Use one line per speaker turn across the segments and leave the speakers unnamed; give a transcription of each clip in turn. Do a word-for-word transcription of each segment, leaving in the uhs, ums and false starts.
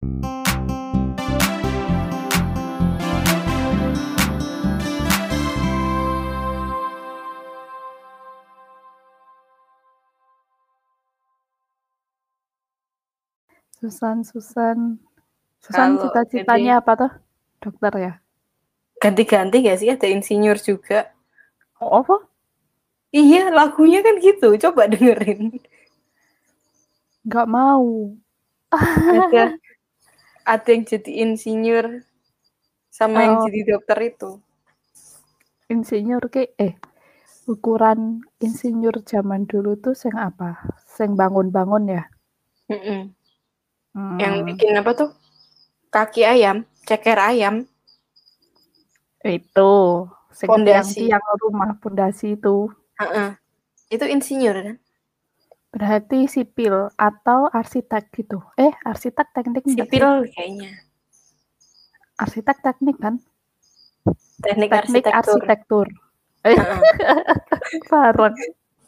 Susan, Susan. Susan
Kalau
cita-citanya
jadi
apa tuh? Dokter ya?
ganti-ganti gak sih? Ada insinyur juga.
Oh, apa?
Iya, lagunya kan gitu. Coba dengerin.
Nggak mau.
Ada ada yang jadi insinyur sama yang
Oh,
jadi dokter itu.
insinyur ke eh ukuran insinyur zaman dulu tuh sing apa? Sing bangun-bangun ya?
Mm-mm. Yang
Hmm,
bikin apa tuh? Kaki ayam, ceker ayam,
itu sing
fondasi.
tiang-tiang rumah pondasi itu.
Heeh. Itu insinyur kan?
Berarti sipil atau arsitek gitu. Eh, arsitek teknik enggak
Sipil
sih?
kayaknya.
Arsitek teknik kan?
Teknik
Teknik
arsitektur.
arsitektur. Eh,
Heeh.
bareng.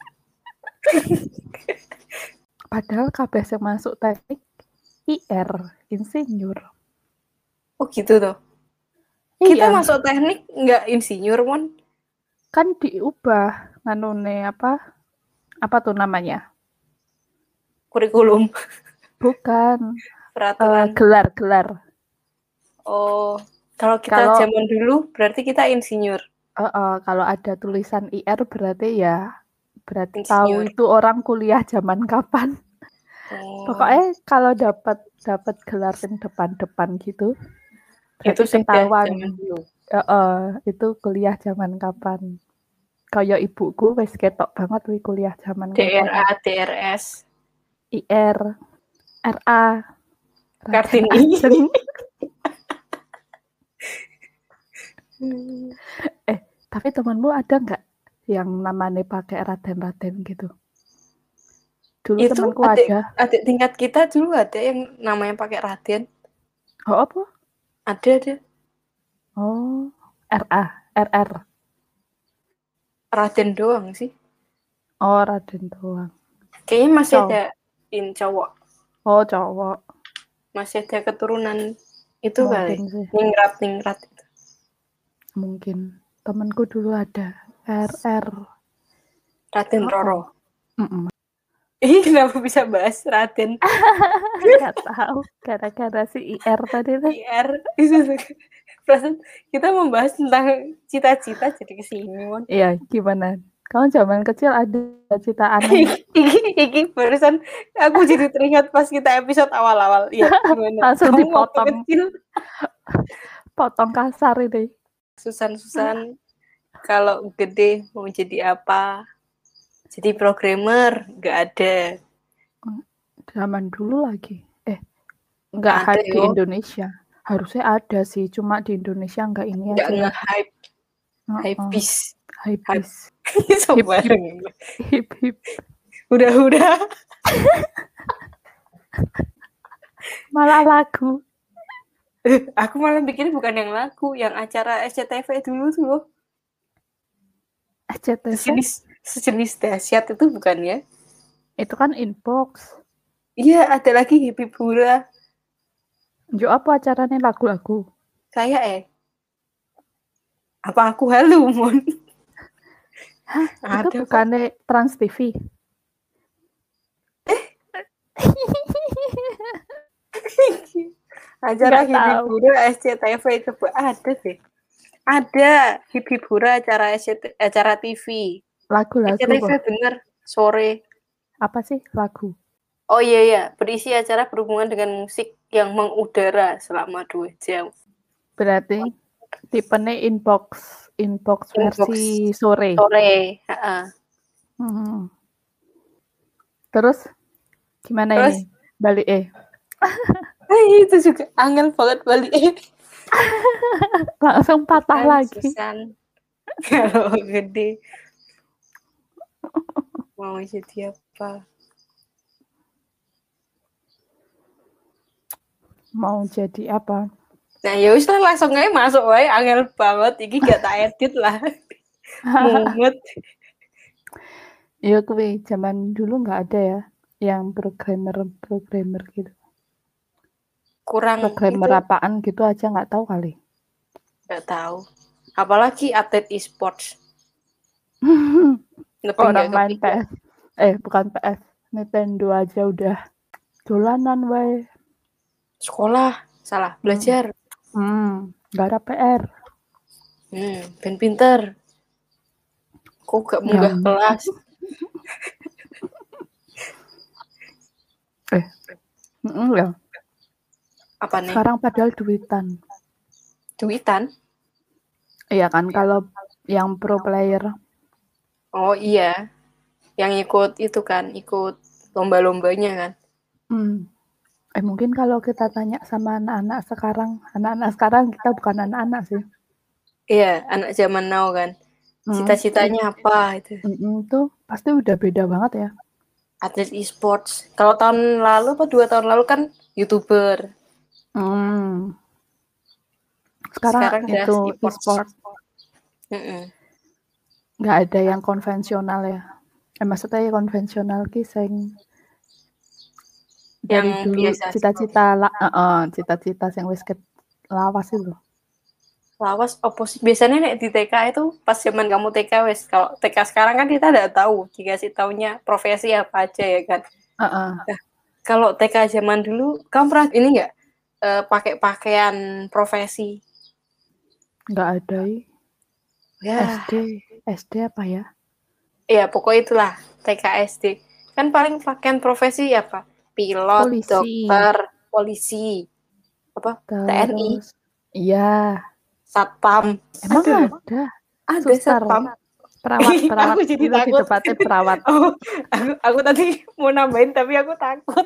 Padahal kabeh sing masuk teknik I R, insinyur.
Oh gitu tuh. Kita
Iya,
masuk teknik nggak insinyur, Mon.
kan diubah nganune apa? Apa tuh namanya?
Kurikulum,
Bukan uh,
peraturan.
gelar-gelar.
Oh, kalau kita
Kalau
zaman dulu berarti kita insinyur.
uh, uh, kalau ada tulisan I R berarti ya berarti tahu
Insinyur.
itu orang kuliah zaman kapan.
Oh,
Pokoknya kalau dapat dapat gelar yang depan-depan gitu,
itu
berarti
sudah
ketahuan.
zaman dulu.
Uh, uh, itu kuliah zaman kapan. Kayak ibuku wis ketok banget wih kuliah zaman kapan.
D R A, D R S,
I R, R A, Raden
Kartini.
Ajeng. Eh, tapi temanmu ada nggak yang namanya pakai Raden-Raden gitu? Dulu
Itu
temanku
adik
ada.
adik tingkat kita dulu ada yang namanya pakai Raden.
Oh, apa?
Ada ada.
Oh, R A, R R.
Raden doang sih.
Oh, Raden doang.
Kayaknya masih
Cow.
ada in cowok.
Oh, cowok.
Masih ada keturunan itu kali.
Mungkin sih.
Ningrat ningrat.
Mungkin. Temanku dulu ada. R R.
Raden
Oh,
Roro.
oh. Mm-mm.
Ih, kenapa bisa bahas Raden?
Gak tahu. Gara-gara si I R tadi tuh.
I R. Perasaan kita membahas tentang cita-cita jadi kesini, Mon.
Iya, gimana? Kamu zaman kecil ada cita aneh nggak?
Iki, iki barusan aku jadi teringat pas kita episode awal-awal. Ya, gimana?
Langsung
Kamu waktu
dipotong.
kecil,
Potong kasar ini.
Susan-Susan, kalau gede mau jadi apa? Jadi programmer? Nggak ada.
Zaman dulu lagi. Eh, nggak
Ada
hype di
yo.
Indonesia. Harusnya ada sih, cuma di Indonesia nggak ini
Nggak
aja.
nge-hype. Hype
Uh-uh.
bis.
Hype
Hype.
bis.
So
Hip hip
bareng.
hip hip.
Udah-udah.
Malah lagu.
Aku malah bikin bukan yang lagu, yang acara S C T V dulu tuh loh.
S C T V
Sejenis, sejenis dahsyat itu bukan ya?
itu kan inbox.
Iya, ada lagi Hippie Pura.
Jo apa acaranya lagu-lagu?
Kayak eh. Apa aku halu, Mon?
Hah, itu
Ada kok.
bukannya Trans T V?
Eh, acara
Nggak
Hippie
tahu.
Pura S C T V coba ada deh. Ada Hippie Pura acara S C T, acara T V.
Lagu-lagu
S C T V
kok.
bener sore.
Apa sih lagu?
Oh iya ya, berisi acara berhubungan dengan musik yang mengudara selama dua jam.
Berarti tipenya inbox, inbox versi
Inbox
sore.
sore. Ha-ha.
Hmm. Terus gimana
Terus
ini? Balik eh.
eh, itu juga angel banget balik.
Langsung patah
Susan,
lagi.
Susan. Kalau gede mau jadi apa?
Mau jadi apa?
Nah, ya wis lah langsung aja masuk wae angel banget iki gak tak edit lah. Mumet.
Ya kuwi zaman dulu nggak ada ya yang programmer-programmer gitu.
kurang
Programmer
itu.
apaan gitu aja nggak tahu kali.
Nggak tahu. Apalagi atlet e-sports. Lebih
Orang
nggak
main P
kepikiran.
S. Eh, bukan P S. Nintendo aja udah dolanan wae.
Sekolah, salah
Hmm.
belajar.
Hmm, nggak ada P R.
Hmm, ben pinter. Kok gak munggah
Nah,
kelas?
eh, mm, ya.
Apa nih?
Sekarang padahal duitan.
Duitan?
Iya kan kalau yang pro player.
Oh iya, yang ikut itu kan, ikut lomba-lombanya kan.
Hmm. Eh mungkin kalau kita tanya sama anak-anak sekarang, anak-anak sekarang kita bukan anak-anak sih.
Iya, anak zaman now kan.
Hmm.
Cita-citanya apa itu?
Mm, itu pasti udah beda banget ya.
Atlet e-sports. Kalau tahun lalu apa dua tahun lalu kan YouTuber.
Hmm. Sekarang,
Sekarang udah
itu
e-sports.
e-sport.
Mm-mm.
Nggak ada yang konvensional ya. Eh, maksudnya ya konvensional ki sing dari
Yang
dulu
biasa.
cita-cita lah, uh, cita-cita yang wis ket lawas itu.
Lawas opos biasanya nek di T K itu pas zaman kamu T K wes, kalau T K sekarang kan kita udah tahu dikasih taunya profesi apa aja ya kan.
Uh-uh.
Nah, kalau T K zaman dulu kamu pernah ini nggak uh, pakai pakaian profesi?
Nggak ada ya.
Ya,
S D, S D apa ya?
ya pokoknya itulah T K S D. Kan paling pakaian profesi apa? Pilot,
Polisi.
dokter, polisi, apa? T N I,
Terus, iya.
satpam.
Emang
Ada,
ada.
ada
Suster,
satpam.
perawat, perawat.
Aku jadi
Lebih
takut.
tepatnya perawat.
Oh, aku, aku tadi mau nambahin tapi aku takut.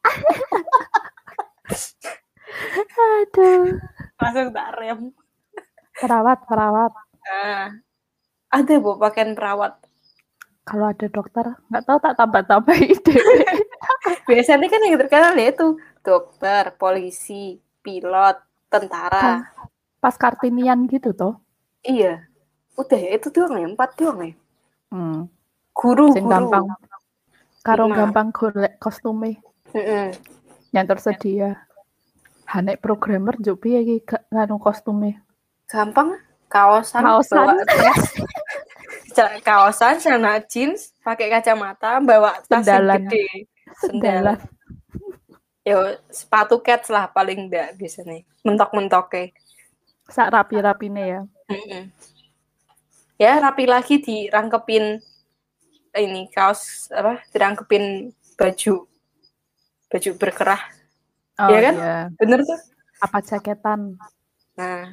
Aduh.
Langsung tak rem.
Perawat, perawat.
Nah, ada bu pakaian perawat.
Kalau ada dokter, nggak tahu tak tambah-tambah ide.
Biasanya kan yang terkenal ya itu dokter, polisi, pilot, tentara.
Kan pas Kartinian gitu toh.
Iya. Udah ya itu doang ya, empat doang ya.
Hmm.
Guru,
Sing
guru.
gampang. Karo
Lima.
gampang golek kostume
Mm-mm.
yang tersedia. Hanek programmer njuk piye iki nganu kostume.
Gampang, kaosan,
Kaosan.
bawa tas, kaosan, celana jeans, pakai kacamata, bawa tas yang
Sendalan.
gede,
Sendalan.
Yo sepatu cats lah paling enggak biasanya. Mentok-mentoknya.
Sak rapi-rapine ya.
Mm-mm. Ya rapi lagi dirangkepin ini kaos apa? Dirangkepin baju baju berkerah.
Oh,
ya kan?
Iya.
Bener tuh.
Apa jaketan.
Nah.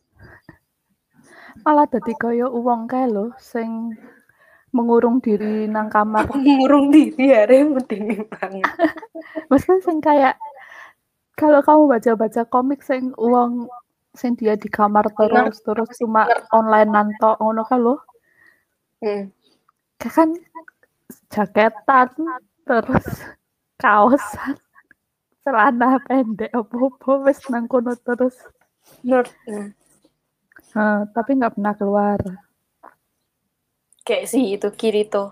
Malah dadi kaya uwong kae lho sing mengurung diri nang kamar.
Mengurung diri ya, mending banget.
Maksudnya sing kayak kalau kamu baca-baca komik sing uang sing dia di kamar terus terus cuma online nanto ngono kan lho.
Hmm.
Kan jaketan terus kaosan celana pendek opo-opo wis nang kono terus.
Menurut nah.
Nah, tapi nggak pernah keluar.
Kayak sih itu Kirito.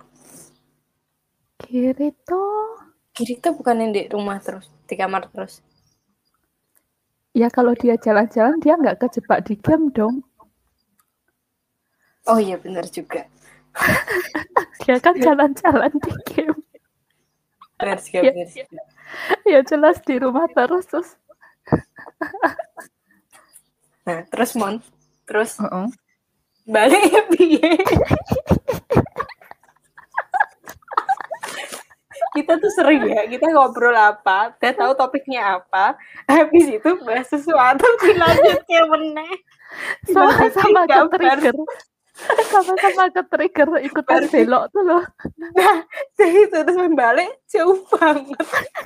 Kirito.
Kirito bukan yang di rumah terus, di kamar terus.
Ya kalau dia jalan-jalan dia nggak kejebak di game dong.
Oh iya benar juga.
Dia kan jalan-jalan di game.
Benar juga,
ya,
benar juga.
Ya jelas di rumah terus terus.
Nah terus Mon, terus
uh-uh.
balik ya piye? Kita tuh sering ya, kita ngobrol apa, udah tahu topiknya apa, habis itu bahas sesuatu dilanjut kayak meneh.
Sama-sama ke-trigger. Sama-sama ke-trigger ikutan baru belok tuh loh.
Nah, jadi terus balik jauh banget.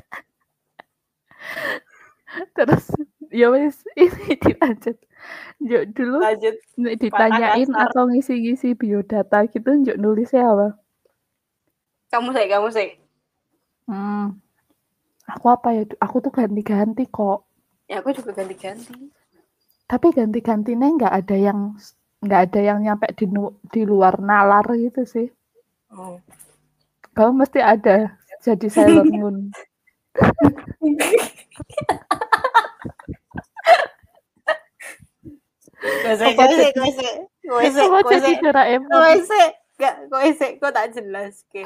Terus ya wis ini dilanjut. Yuk dulu
lanjut
ditanyain atau ngisi-ngisi biodata gitu, yuk nulisnya apa?
Kamu sih, kamu sih.
Hmm. Aku apa ya? Aku tuh ganti-ganti kok.
Ya aku juga ganti-ganti.
Tapi ganti-gantinya nggak ada yang nggak ada yang nyampe di, di luar nalar gitu sih.
Oh.
Kamu mesti ada jadi Sailor Moon.
Kowe
Apa
sik,
jadi
kowe sik, kowe sik,
apa
kowe
jadi
sik,
Doraemon?
kowe sik, gak kowe sik, kok tak jelaske.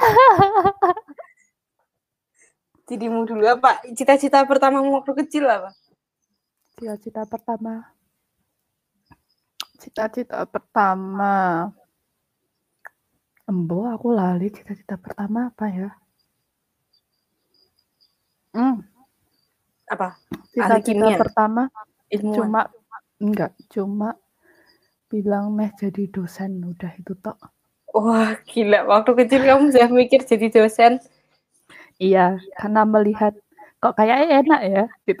Dirimu dulu apa? Cita-cita pertamamu waktu kecil apa?
Cita-cita pertama. Cita-cita pertama. Embo, aku lali cita-cita pertama apa ya? Hmm,
Apa? Ahli
cita-cita
kimia,
pertama
ilmuwan.
cuma enggak, cuma bilang meh jadi dosen, udah itu tok.
Wah, gila. Waktu kecil kamu sudah mikir jadi dosen.
Iya, karena melihat kok kayaknya enak ya, gitu.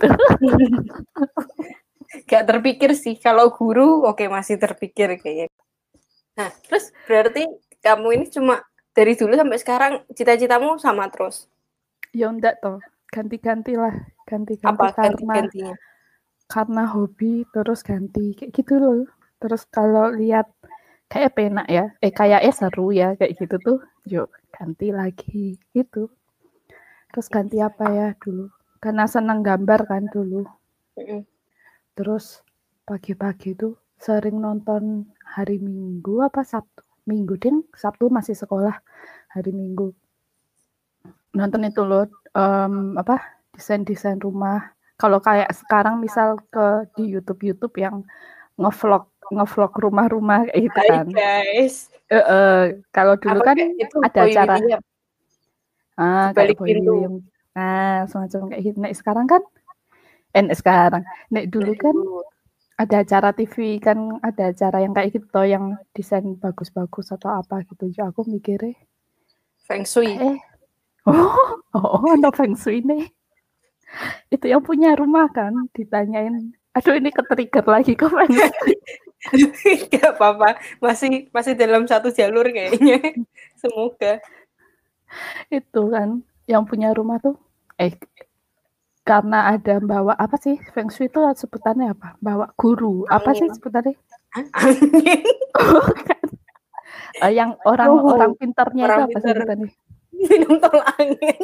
Gak terpikir sih. Kalau guru, oke masih terpikir kayaknya. Nah, terus berarti kamu ini cuma dari dulu sampai sekarang cita-citamu sama terus?
Ya enggak toh, ganti-ganti lah, ganti-ganti
Apa
karena
ganti-gantinya?
karena hobi terus ganti kayak gitu loh. Terus kalau lihat kayak penak ya, eh kayaknya seru ya kayak gitu tuh, yuk ganti lagi gitu. Terus ganti apa ya dulu? Karena senang gambar kan dulu.
Mm-mm.
Terus pagi-pagi tuh sering nonton hari Minggu apa Sabtu? Minggu ding, Sabtu masih sekolah. Hari Minggu nonton itu loh, um, apa desain-desain rumah. Kalau kayak sekarang misal ke di YouTube YouTube yang ngevlog ngevlog rumah-rumah kayak gitu
Hai
kan.
guys.
E -e, kalau dulu
Apa
kan
kayak itu
ada
Boy
acara
William?
ah
Di
kayak
balik
Boy
pintu.
William. Nah, semacam kayak gitu. Nah, sekarang kan eh sekarang. Nek dulu
Nah,
kan
dulu.
ada acara T V kan ada acara yang kayak gitu toh, yang desain bagus-bagus atau apa gitu. Jadi aku mikirnya
Feng Shui.
eh oh, oh, no feng shui nih. Itu yang punya rumah kan ditanyain. Aduh ini ke-trigger lagi kok feng shui.
Gak apa-apa. Masih masih dalam satu jalur kayaknya. Semoga.
Itu kan yang punya rumah tuh eh karena ada bawa apa sih feng shui itu sebutannya apa? Bawa guru. Apa sih
Angin.
sebutannya?
Hah? Angin.
Bukan. Eh, yang orang-orang pintarnya itu
Orang
apa
pintar.
sebutannya?
Minum tol angin.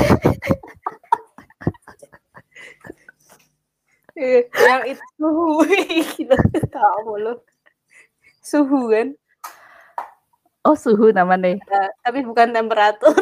Eh, yang itu suhu. Gila, tahu lo. Suhu kan?
Oh, suhu namanya.
Uh, tapi bukan temperatur.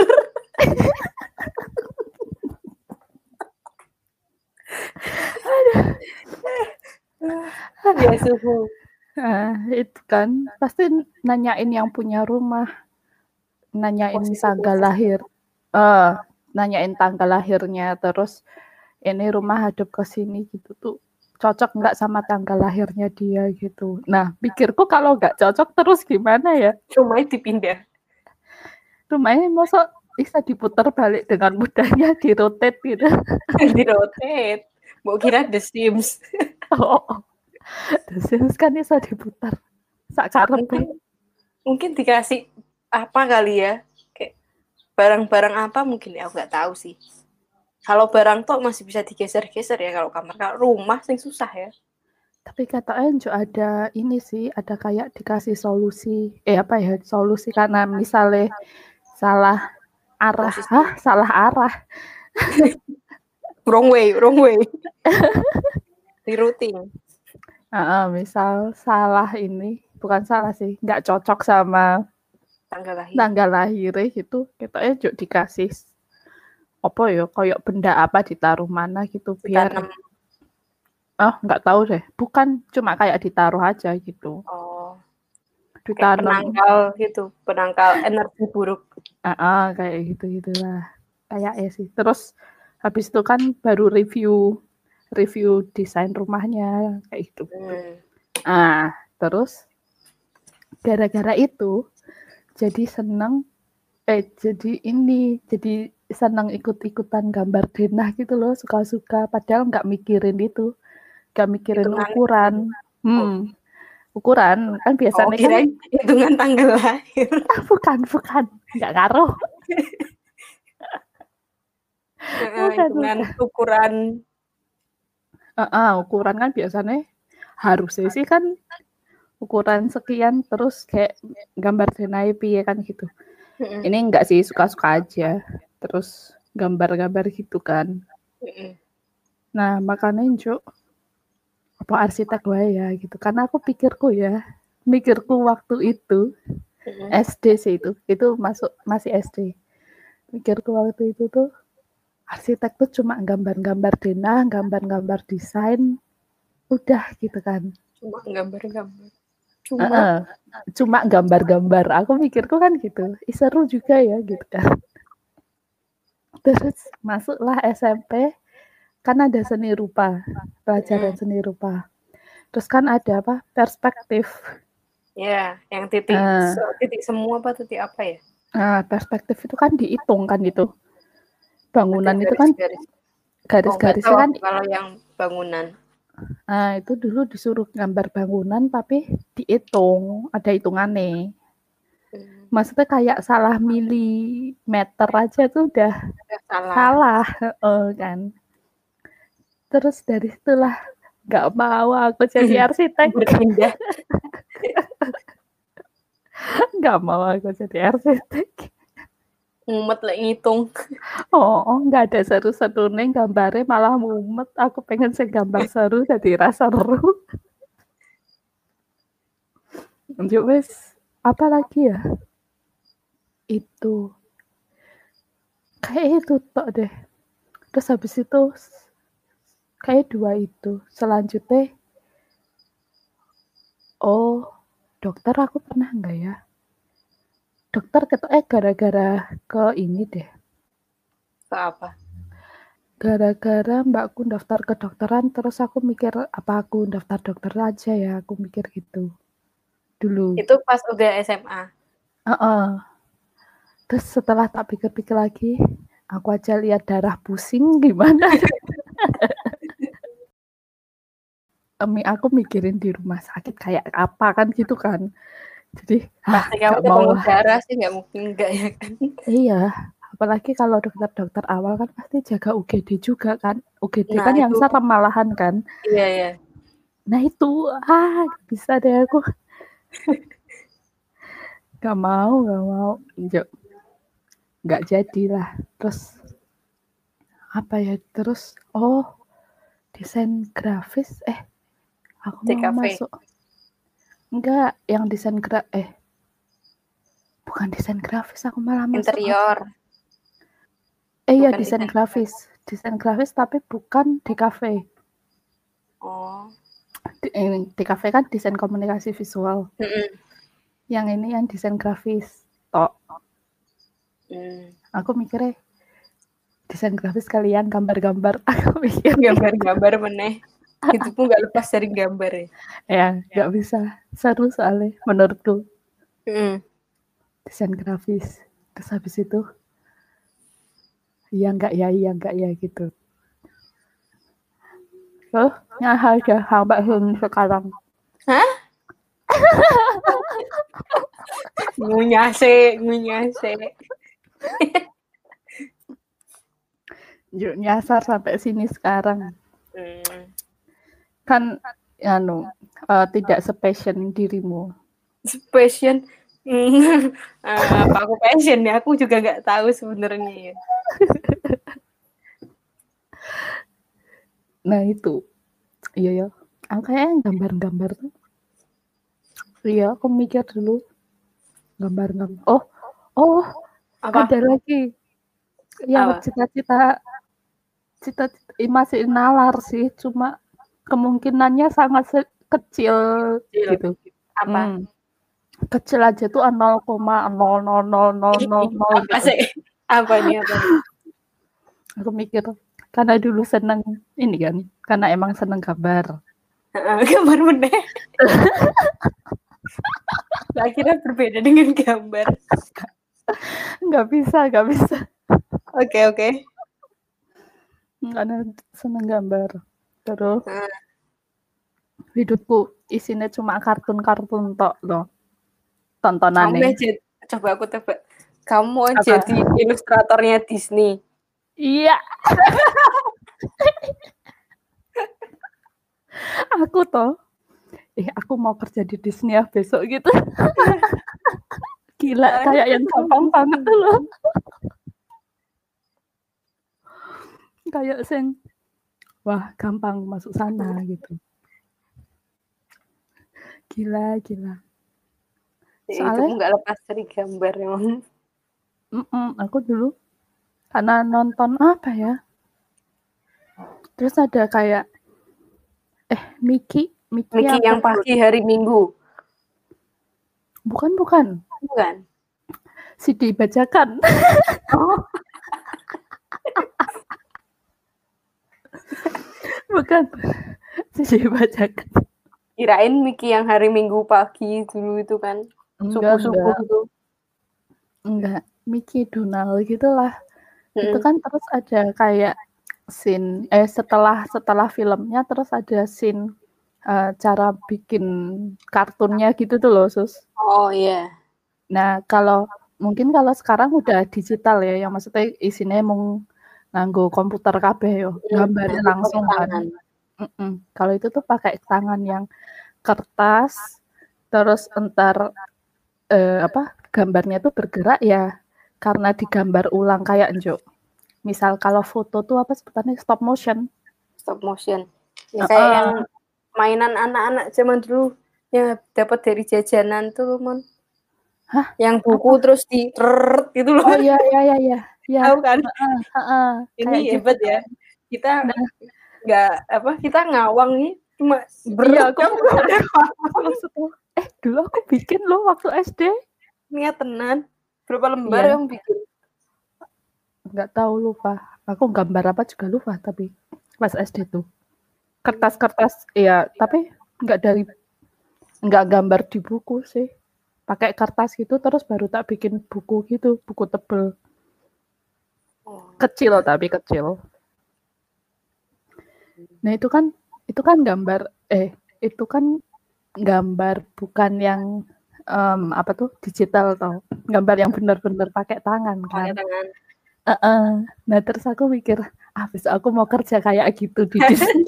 Ya suhu.
Nah, itu kan pasti nanyain yang punya rumah, nanyain
Posisi
tanggal
posisi.
lahir, eh, nanyain tanggal lahirnya, terus ini rumah hadap ke sini gitu tuh cocok nggak sama tanggal lahirnya dia gitu. Nah, pikirku kalau nggak cocok terus gimana ya?
Rumahnya dipindah.
Rumahnya masuk bisa diputar balik dengan mudahnya, dirotate gitu.
Dirotate. Mau kira The Sims.
Oh, oh. The Sims kan bisa diputar. Sakarepe.
Mungkin, mungkin dikasih apa kali ya? Kayak barang-barang apa mungkin ya, aku nggak tahu sih. Kalau barang tok masih bisa digeser-geser ya, kalau kamar. Kalau rumah sing susah ya.
Tapi katanya juga ada ini sih, ada kayak dikasih solusi. Eh apa ya? Solusi karena misalnya salah arah,
Posisi.
hah, salah arah.
Wrong way, wrong way. Rerouting.
Uh, misal salah ini, bukan salah sih, nggak cocok sama
tanggal lahir.
Tanggal lahir gitu, katanya juga dikasih apa ya, kayak benda apa ditaruh mana gitu biar
Ditanam.
Oh, nggak tahu deh. Bukan cuma kayak ditaruh aja gitu.
Oh.
Ditanam.
Penangkal gitu, penangkal energi buruk.
Ah, uh-uh, kayak gitu-gitulah. Kayak ya sih. Terus habis itu kan baru review review desain rumahnya kayak gitu. Hmm. Ah, terus gara-gara itu jadi seneng eh jadi ini jadi seneng ikut-ikutan gambar denah gitu loh, suka-suka padahal nggak mikirin itu. Gak mikirin hitungan ukuran. Hmm. Oh. Ukuran kan biasanya
oh, kirain kan hitungan tanggal lahir.
bukan, bukan. Enggak ngaruh.
bukan, hitungan bukan. Ukuran.
Uh, uh, ukuran kan biasanya harusnya sih kan ukuran sekian terus kayak gambar denai piye kan gitu. Mm-hmm. Ini enggak sih, suka-suka aja. Terus gambar-gambar gitu kan. Mm-hmm. Nah, makanya Cuk, apa arsitek wae ya gitu. Karena aku pikirku ya, mikirku waktu itu
Mm-mm.
S D sih itu, itu masuk masih S D. Mikirku waktu itu tuh arsitek tuh cuma gambar-gambar denah, gambar-gambar desain, udah gitu kan.
Cuma gambar-gambar. Cuma
Uh-uh. Cuma gambar-gambar. Aku mikirku kan gitu. Ih, seru juga ya gitu kan. Terus masuklah S M P, kan ada seni rupa, pelajaran
Mm-mm.
seni rupa. Terus kan ada apa? Perspektif.
Ya, yang titik
Uh,
so, titik semua apa titik apa ya?
Nah, perspektif itu kan dihitung kan itu. Bangunan
Ada
itu kan
garis-garis. Oh, nggak
garis-garisnya
tahu
kan.
aku kalau yang bangunan.
Nah, itu dulu disuruh gambar bangunan tapi dihitung, ada hitungannya.
Hmm.
Maksudnya kayak salah milimeter aja tuh udah
Udah salah.
salah, oh, kan. Terus dari situlah nggak mau aku jadi arsitek.
Berpindah.
Nggak mau aku jadi arsitek.
Mumet lah ngitung.
Oh, oh nggak ada seru-serunya, gambarnya malah mumet. Aku pengen sih gambar seru jadi rasa seru. Lanjut wes, apa lagi ya? Itu kayak itu tok deh. Terus habis itu kayak dua itu. Selanjutnya, oh dokter aku pernah nggak ya? Dokter ketok eh gara-gara ke ini deh.
Ke apa?
Gara-gara mbakku daftar kedokteran, terus aku mikir apa aku daftar dokter aja ya, aku mikir gitu dulu.
Itu pas udah S M A.
Uh-uh. Terus setelah tak pikir-pikir lagi, aku aja lihat darah pusing gimana. Emi aku mikirin di rumah sakit kayak apa kan gitu kan. Jadi
Pasti
ah,
kamu
gak
ketemu
mau.
darah sih nggak mungkin enggak ya kan?
Iya, apalagi kalau dokter-dokter awal kan pasti jaga U G D juga kan. U G D
Nah,
kan yang
itu.
serem malahan kan.
Iya, iya.
Nah itu, ah bisa deh aku. Gak mau, gak mau. Gak jadilah. Terus apa ya? Terus oh desain grafis. Eh aku
D K
mau
V.
masuk. Enggak, yang desain gra eh bukan desain grafis, aku malah masuk
Interior.
apa? Eh iya
Bukan
desain
desain
grafis. Desain grafis tapi bukan D K V.
Oh.
D K V kan desain komunikasi visual.
Mm-mm.
Yang ini yang desain grafis. Tok.
Mm.
Aku mikirnya desain grafis kalian gambar-gambar. Aku mikir
gambar-gambar meneh. Itu pun nggak lepas dari gambar ya.
Ya, nggak bisa. Seru soalnya menurutku.
Mm.
Desain grafis. Terus habis itu iya enggak ya, iya enggak ya gitu. Terus nyah aja sampai sekarang.
Hah? Ngunyase, ngunyase.
Yuk nyasar sampai sini sekarang.
Hmm.
Kan anu uh, tidak sepassion dirimu.
Passion. Hmm. uh, apa aku passion ya? Aku juga nggak tahu sebenarnya ya.
Nah itu, iya ya. Aku kayak gambar-gambar tuh. Iya, aku mikir dulu gambar-gambar. Oh, oh,
Apa?
ada lagi yang
Apa?
cita-cita, cita-cita masih nalar sih, cuma kemungkinannya sangat kecil,
Kecil.
gitu.
Apa?
Hmm. Kecil aja tuh nol koma nol nol nol nol nol.
Apa sih? Apa nih? Apa nih?
Aku mikir karena dulu seneng ini kan, karena emang seneng gambar.
Gambar meneh. Akhirnya berbeda dengan gambar.
Nggak bisa, nggak bisa.
Oke, okay, oke. Okay.
Karena seneng gambar. Terus
hmm.
hidupku isinya cuma kartun-kartun tok loh. Tontonannya.
Kamu coba aku tebak. Kamu apa? Jadi ilustratornya Disney.
Iya. Aku toh. Eh, aku mau kerja di Disney ya besok gitu. Gila, nah, kayak yang gampang banget tuh loh. Kayak sing wah, gampang masuk sana gitu. Gila, gila.
Ya,
Soalnya
hidupmu nggak lepas dari gambar emang.
Mm-mm, aku dulu karena nonton apa ya? Terus ada kayak eh Mickey, Mickey
Miki
apa
yang pagi hari Minggu.
Bukan, bukan.
Bukan.
Si dibacakan.
Oh,
Bukan. Si dibacakan.
kirain Miki yang hari Minggu pagi dulu itu kan.
Enggak,
Subuh-subuh
enggak.
itu.
Enggak. Mickey Donald gitulah. Itu
Mm-mm.
kan terus ada kayak scene eh setelah setelah filmnya terus ada scene uh, cara bikin kartunnya gitu tuh loh, Sus.
Oh iya.
Nah, kalau mungkin kalau sekarang udah digital ya, yang maksudnya isinya emang nganggo komputer kabeh yo,
Mm,
gambarnya
nanti pakai
langsung kan.
tangan.
Mm-mm. Kalau itu tuh pakai tangan yang kertas, terus entar eh, apa gambarnya tuh bergerak ya, karena digambar ulang kayak Njo. Misal kalau foto tuh apa sebutannya stop motion.
Stop motion. Ya kayak
Uh-uh.
yang mainan anak-anak zaman dulu yang dapat dari jajanan tuh, Mon.
Hah?
Yang buku
Apa?
terus di rrrt gitu loh.
Oh iya iya iya iya. Ya,
Tahu kan?
heeh, heeh.
Ini
Kayak gitu
hebat ya.
kan.
Kita
Nah,
nggak apa kita ngawang nih cuma
iya
ber
aku
kamu
mau
udah
maksudnya. Eh, dulu aku bikin loh waktu S D.
niat tenan. Berapa lembar
Iya,
yang bikin?
nggak tahu lupa. Aku gambar apa juga lupa tapi pas S D tuh. Kertas-kertas, iya, tapi nggak dari nggak gambar di buku sih. Pakai kertas gitu terus baru tak bikin buku gitu, buku tebel.
Oh.
Kecil tapi kecil. Nah, itu kan itu kan gambar eh itu kan gambar bukan yang um, apa tuh digital tau. Gambar yang benar-benar pakai tangan kan.
Pakai tangan.
Uh-uh. Nah, terus aku mikir, ah besok aku mau kerja kayak gitu di Disney.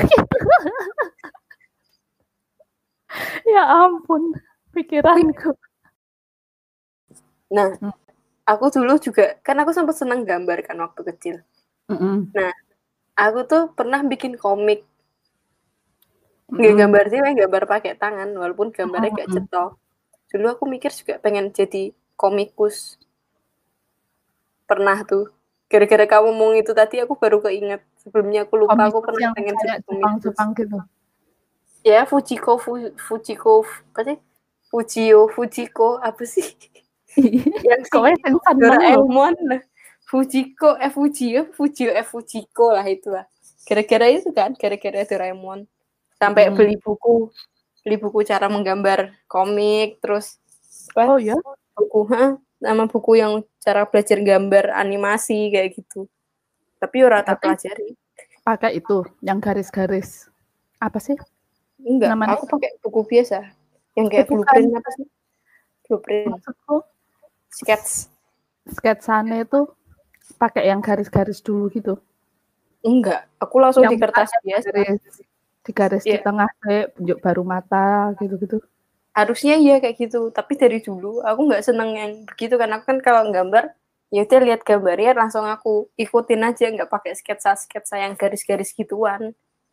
Ya ampun, pikiranku.
Nah, hmm. aku dulu juga, kan aku sempat senang gambar kan waktu kecil.
Mm-mm.
Nah, aku tuh pernah bikin komik. Nggak mm-mm. gambar sih, gambar pakai tangan, walaupun gambarnya mm-mm. kayak cetok. Dulu aku mikir juga pengen jadi komikus. Pernah tuh. Gara-gara kamu ngomong itu tadi, aku baru keinget. Sebelumnya aku lupa, komikus aku pernah
yang
pengen
jadi komikus. Jepang gitu.
Ya, Fujiko, Fu, Fujiko, apa sih? Fujio, Fujiko, apa sih? Yang si Doraemon, Fujiko, eh Fujio, Fujio, eh Fujiko lah itu lah. Gara-gara itu kan, gara-gara Doraemon. Sampai hmm. beli buku, beli buku cara menggambar komik, terus apa?
Oh ya?
Buku, ha? Nama buku yang cara belajar gambar animasi kayak gitu. Tapi ora tak pelajari.
Pakai itu, yang garis-garis. Apa sih?
Enggak, namanya? Aku pakai buku biasa. Yang kayak eh, blueprint apa sih? Blueprint.
Maksudku
sketch.
Sketsane itu pakai yang garis-garis dulu gitu.
Enggak, aku langsung yang di kertas biasa.
Garis, di garis yeah. di tengah kayak penjuk baru mata gitu-gitu.
Harusnya iya kayak gitu, tapi dari dulu aku nggak seneng yang begitu karena kan kalau gambar ya udah lihat gambarnya langsung aku ikutin aja, nggak pakai sketsa-sketsa yang garis-garis gituan.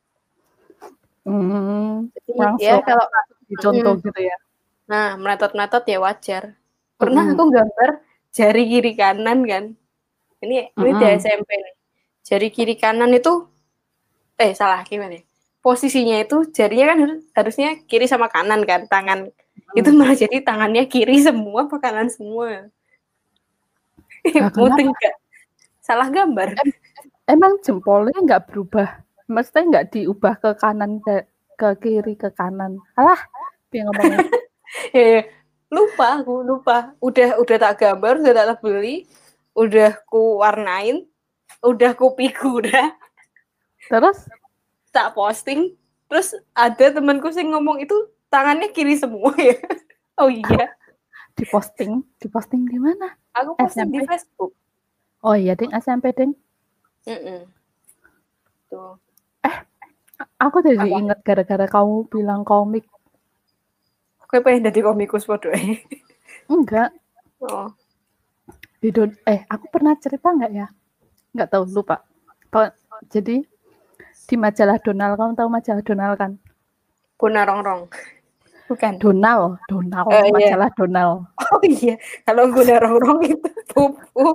Hmm,
jadi ya kalau
dicontoh hmm. gitu ya.
Nah, meletot-meletot ya wajar. Pernah hmm. aku gambar jari kiri kanan kan. Ini ini hmm. di S M P nih. Jari kiri kanan itu eh salah gimana? Posisinya itu jarinya kan harusnya kiri sama kanan kan, tangan hmm. itu malah jadi tangannya kiri semua apa kanan semua. Nah, muting nggak? Salah gambar.
Em, emang jempolnya nggak berubah? Maksudnya nggak diubah ke kanan ke, ke kiri ke kanan? Alah, dia ngomongnya.
ya, ya, lupa aku lupa. Udah udah tak gambar, udah tak beli, udah ku warnain, udah ku piku udah.
Terus
tak posting, terus ada temanku sih ngomong itu tangannya kiri semua ya. Oh iya.
Di posting, di posting di mana?
Aku posting S M P? Di Facebook.
Oh iya, ding S M P ding.
Mm-mm. Tuh.
Eh, aku jadi ingat gara-gara kamu bilang komik.
Aku pengen jadi komikus podo.
Enggak.
Oh.
Di don- eh, aku pernah cerita nggak ya? Nggak tahu, lupa. Jadi di majalah Donald, kamu tahu majalah Donald kan?
Bonarongrong. Bukan.
Donal, Donal,
Uh,
majalah
iya.
Donal.
Oh iya, kalau guna rongrong itu pupu.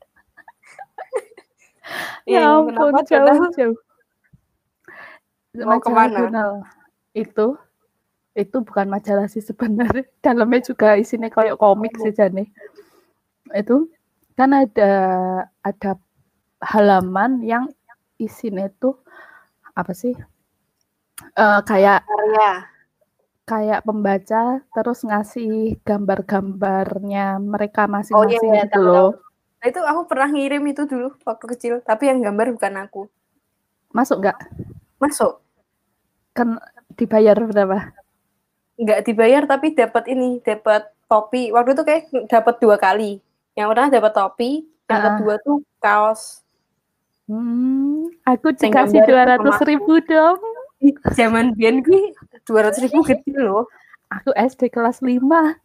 Ya
Iya,
ampun,
kenapa Donal?
jauh-jauh.
Mau
Majalah
kemana?
Donal itu itu bukan majalah sih sebenarnya. Dalamnya juga isinya kayak komik sih Jane. Itu kan ada ada halaman yang isinya tuh apa sih? Uh, kayak
Karya.
kayak pembaca terus ngasih gambar-gambarnya mereka
Oh iya,
masing-masing
iya,
gitu
tahu,
loh.
tahu. Nah, itu aku pernah ngirim itu dulu waktu kecil, tapi yang gambar bukan aku.
Masuk nggak?
Masuk.
Kan dibayar berapa?
Nggak dibayar tapi dapat ini, dapat topi. Waktu itu kayak dapat dua kali. Yang pertama dapat topi, yang
Uh-uh.
kedua tuh kaos.
Hmm, aku
Sing
dikasih
gambar
dua
itu
ratus
sama
ribu dong.
Zaman biyen kuwi dua ratus ribu gede loh.
Aku S D kelas lima.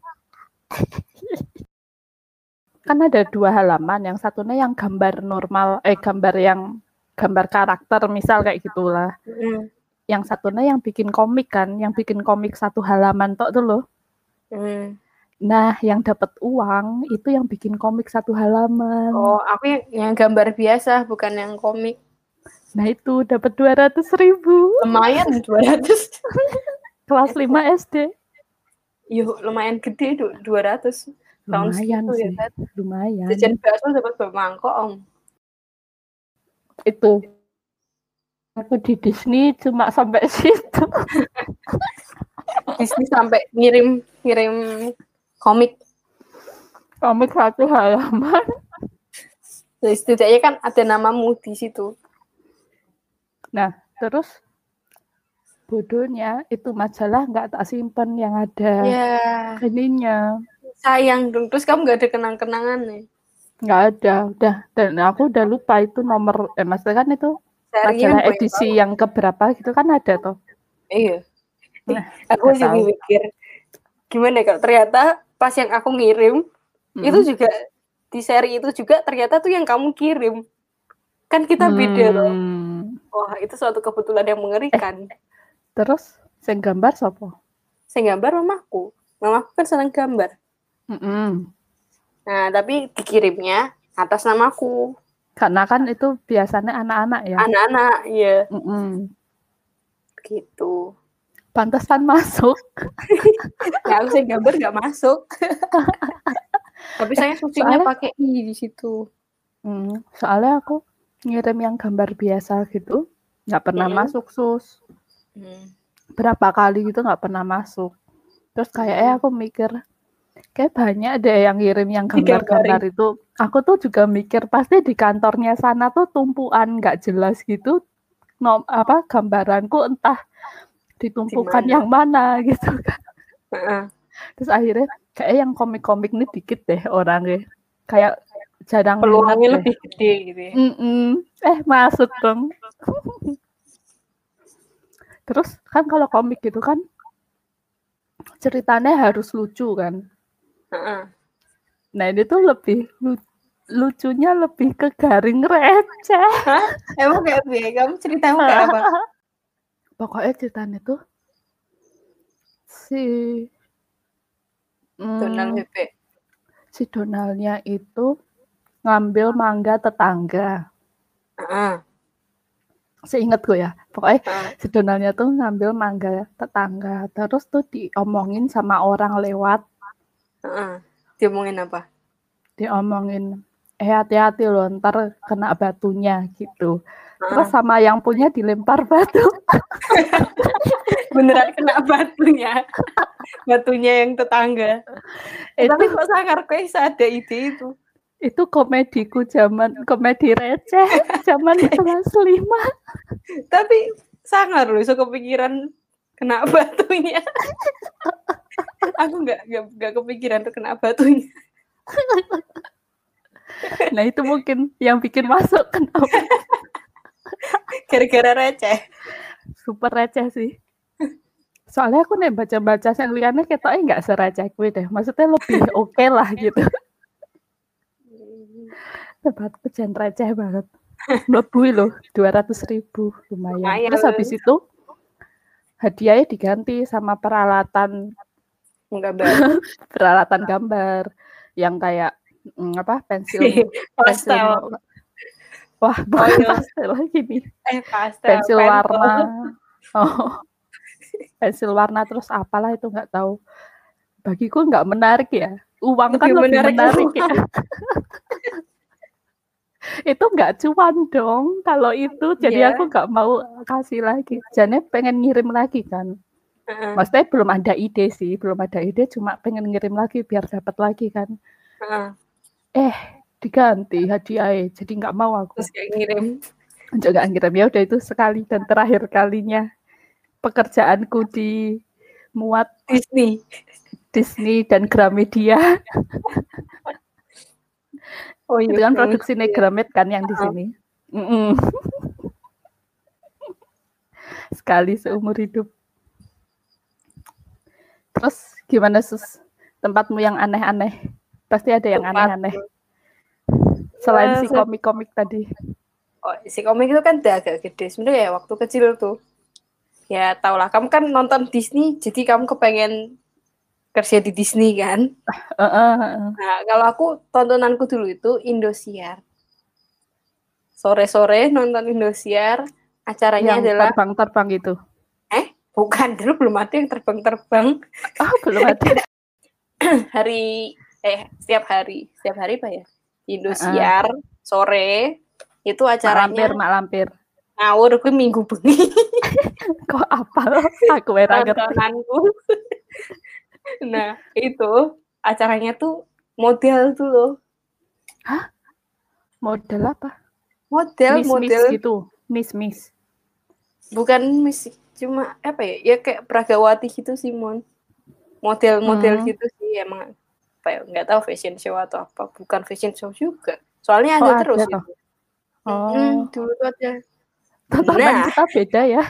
Kan ada dua halaman, yang satunya yang gambar normal, eh gambar yang gambar karakter misal kayak gitulah.
Mm.
Yang satunya yang bikin komik kan, yang bikin komik satu halaman tok tuh loh.
Mm.
Nah, yang dapat uang itu yang bikin komik satu halaman.
Oh, aku yang, yang gambar biasa, bukan yang komik.
Nah, itu dapat dua ratus ribu.
Lumayan dua ratus.
Kelas lima S D.
Yuh, lumayan gede tuh dua ratus.
Lumayan
segitu,
sih,
ya, kan?
lumayan.
Jajan bakso dapat bermangkok, Om.
Itu. Aku di Disney cuma sampai situ.
Disney sampai ngirim ngirim komik.
Komik satu halaman.
Jadi setidaknya kan ada namamu di situ.
Nah, terus bodohnya itu majalah nggak tak simpen yang ada
ya.
ininya.
Sayang dong. Terus kamu nggak ada kenang-kenangan nih?
Nggak ada, udah. Dan aku udah lupa itu nomor, eh maksudnya kan itu
Seharian
majalah edisi tahu. Yang keberapa gitu kan ada tuh.
Iya.
Nah,
aku juga mikir gimana kalau ternyata pas yang aku ngirim mm-hmm. itu juga di seri itu juga ternyata tuh yang kamu kirim. Kan kita beda hmm. loh. Wah, itu suatu kebetulan yang mengerikan.
Eh, terus sing gambar sapa?
Sing gambar mamaku. Mamaku kan senang gambar.
Mm-hmm.
Nah, tapi dikirimnya atas namaku.
Karena kan itu biasanya anak-anak ya.
Anak-anak, iya.
Mm-hmm.
Gitu.
Pantesan masuk.
Nah, aku sing gambar nggak masuk. Tapi saya syutingnya pakai i di situ.
Hmm, soalnya aku ngirim yang gambar biasa gitu, nggak pernah hmm. masuk sus. Hmm. Berapa kali gitu nggak pernah masuk. Terus kayaknya aku mikir, kayak banyak deh yang ngirim yang gambar-gambar itu. Aku tuh juga mikir pasti di kantornya sana tuh tumpuan nggak jelas gitu, nom apa gambaranku entah ditumpukan yang mana gitu kan. Uh-uh. Terus akhirnya kayak yang komik-komik ini dikit deh orangnya. Kayak jarang
peluangnya lebih gede gitu ya.
Mm-mm. Eh masuk dong. Terus kan kalau komik gitu kan ceritanya harus lucu kan.
Uh-uh.
Nah ini tuh lebih lu- lucunya lebih ke garing receh.
Hah? Emang kayak apa? Kamu ceritamu kayak apa?
Pokoknya ceritanya tuh si
Donald hmm, Bebek.
Si Donaldnya itu ngambil mangga tetangga.
Uh-uh.
Seingatku ya, pokoknya uh. si Donaldnya tuh ngambil mangga tetangga, terus tuh diomongin sama orang lewat.
Uh-uh. Diomongin apa?
Diomongin, eh hati-hati loh, ntar kena batunya gitu. Uh. Terus sama yang punya dilempar batu.
Beneran kena batunya. Batunya yang tetangga. Eh, tapi kok sangar kue ada ide itu.
Itu komediku zaman komedi receh zaman kelas lima.
Tapi sangar loh, so kepikiran kena batunya. Aku nggak nggak kepikiran tuh kena batunya.
Nah itu mungkin yang bikin masuk kenapa?
Gara-gara receh.
Super receh sih. Soalnya aku nih baca-baca yang liannya ketoknya nggak sereceh gue deh. Maksudnya lebih oke okay lah gitu. Tempat pejan receh banget. Lebih loh, dua ratus ribu. Lumayan. Lumayan. Terus habis itu, hadiahnya diganti sama peralatan
gambar.
peralatan gambar yang kayak mm, apa pensil pensil
Pastel.
wah bukan pastel lagi nih
Eh pastel.
pensil
pentel.
warna oh pensil warna terus apalah itu nggak tahu bagiku nggak menarik ya uang kan lebih menarik, menarik ya itu nggak cuan dong kalau itu jadi yeah. Aku nggak mau kasih lagi Jane pengen ngirim lagi kan uh-uh. Maksudnya belum ada ide sih belum ada ide cuma pengen ngirim lagi biar dapat lagi kan uh-uh. eh diganti hadiah jadi nggak mau aku
terus kayak ngirim
juga ngirim ya udah itu sekali dan terakhir kalinya pekerjaanku di muat
Disney
Disney dan Gramedia
oh, iya,
itu kan produksi iya. Gramet kan yang di sini. Uh-uh. Sekali seumur hidup. Terus gimana Sus? Tempatmu yang aneh-aneh? Pasti ada yang Tempat. aneh-aneh. Selain ya, si komik-komik tadi.
Oh, si komik itu kan udah agak gede. Sebenarnya ya waktu kecil tuh. Ya tau lah, kamu kan nonton Disney, jadi kamu kepengen kerja di Disney kan.
Uh, uh, uh.
Nah, kalau aku tontonanku dulu itu Indosiar. Sore-sore nonton Indosiar, acaranya
yang
adalah
terbang-terbang itu.
Eh, bukan, dulu belum ada yang terbang-terbang.
Oh, belum ada.
hari eh setiap hari, setiap hari apa ya? Indosiar uh. sore itu acaranya
Mak lampir.
Ngawur gue minggu bengi.
Kok apa? Aku era
tontonanku. Nah, itu acaranya tuh model tuh loh.
Hah? Model apa?
Model,
miss,
model
miss gitu. Miss, miss.
Bukan miss, cuma apa ya? Ya kayak Pragawati gitu sih, Mon. Model-model hmm. gitu sih emang. Apa ya? Nggak tahu fashion show atau apa. Bukan fashion show juga. Soalnya ada oh, terus ada, gitu.
Oh.
Hmm, dulu tuh ada.
Tontonan nah. Kita beda ya.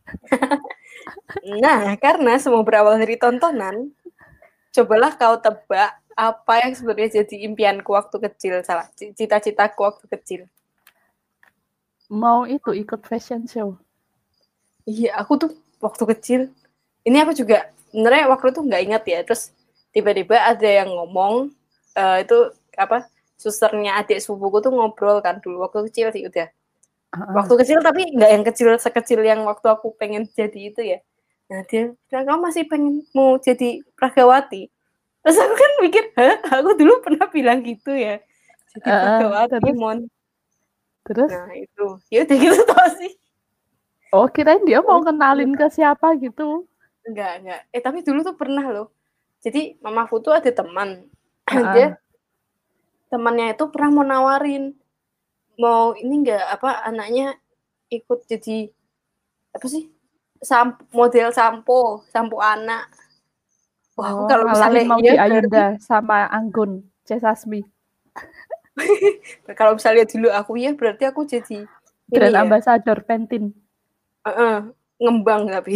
Nah, karena semua berawal dari tontonan, cobalah kau tebak apa yang sebenarnya jadi impianku waktu kecil, salah, cita-citaku waktu kecil.
Mau itu ikut fashion show.
Iya, aku tuh waktu kecil, ini aku juga sebenarnya waktu itu nggak ingat ya, terus tiba-tiba ada yang ngomong, uh, itu apa, susternya adik sepupuku tuh ngobrol kan dulu waktu kecil sih udah. Uh-uh. Waktu kecil tapi nggak yang kecil sekecil yang waktu aku pengen jadi itu ya. Nah dia bilang, kamu masih pengen mau jadi Pragawati? Terus aku kan mikir, hah? Aku dulu pernah bilang gitu ya. Jadi uh, Pragawati,
terus,
Mon.
Terus?
Nah itu, ya udah gitu tau sih.
Oh kirain dia mau kenalin ke siapa gitu.
Enggak, enggak. Eh tapi dulu tuh pernah loh. Jadi mamaku tuh ada teman. Uh-uh. Dia temannya itu pernah mau nawarin. Mau ini enggak, apa, anaknya ikut jadi, apa sih? Samp, model sampo, sampo anak.
Wah, oh, kalau misalnya mau iya, di Ayunda berarti... sama Anggun, C. Sasmi.
Kalau misalnya dulu aku ya berarti aku jadi
brand ya. Ambassador Pantene.
Uh-uh, ngembang tapi.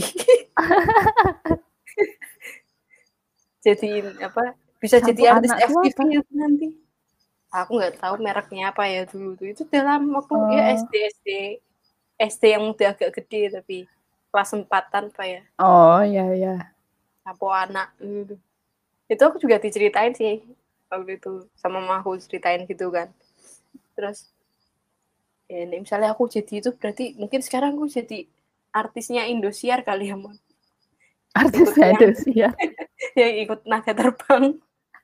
Jadi apa? Bisa sampo jadi artis F T V nanti. Aku nggak tahu mereknya apa ya dulu tuh. Itu dalam waktu uh. ya S D S D S D yang udah agak gede tapi kelas empatan apa ya?
Oh iya iya.
Sampo anak gitu. Itu aku juga diceritain sih waktu itu sama mamaku ceritain gitu kan. Terus ya misalnya aku jadi itu berarti mungkin sekarang aku jadi artisnya Indosiar kali ya, Mon.
Artisnya Indosiar.
Yang ikut naga terbang.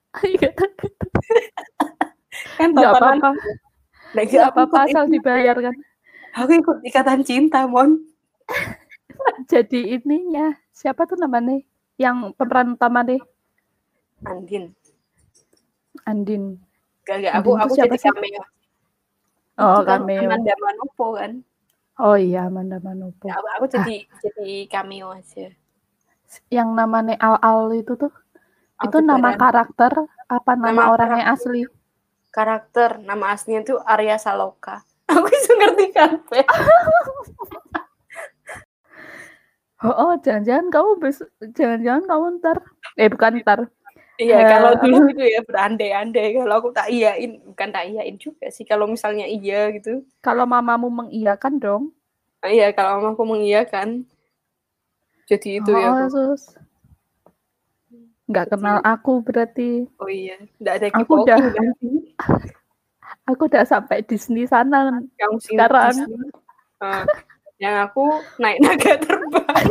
Kan
nggak apa-apa. Nggak apa-apa asal dibayar kan.
Aku ikut Ikatan Cinta, Mon.
Jadi ininya siapa tuh namanya yang pemeran utama deh?
Andin.
Andin.
Gak gak aku aku jadi cameo.
Oh,
kan
cameo.
Amanda Manopo kan.
Oh iya, Amanda Manopo.
Ya, aku jadi ah. jadi cameo aja.
Yang namanya Al-Al itu tuh Aldebaran. Itu nama karakter apa nama, nama orangnya karakter, asli?
Karakter, nama aslinya tuh Arya Saloka. Aku bisa ngerti kan, Pe.
Oh, oh, jangan-jangan kamu bes- jangan-jangan kamu ntar eh bukan ntar.
Iya, uh, kalau dulu apa? Itu ya berandai-andai kalau aku tak iyain, bukan tak iyain juga sih kalau misalnya iya gitu.
Kalau mamamu mengiyakan dong.
Oh, iya, kalau mamaku mengiyakan. Jadi itu
oh,
ya.
sus. Nggak kenal aku berarti.
Oh iya, nggak ada
Aku udah,
K-poping kan?
aku udah sampai Disney sana
Yang
sekarang.
Uh, yang aku naik naga terbang.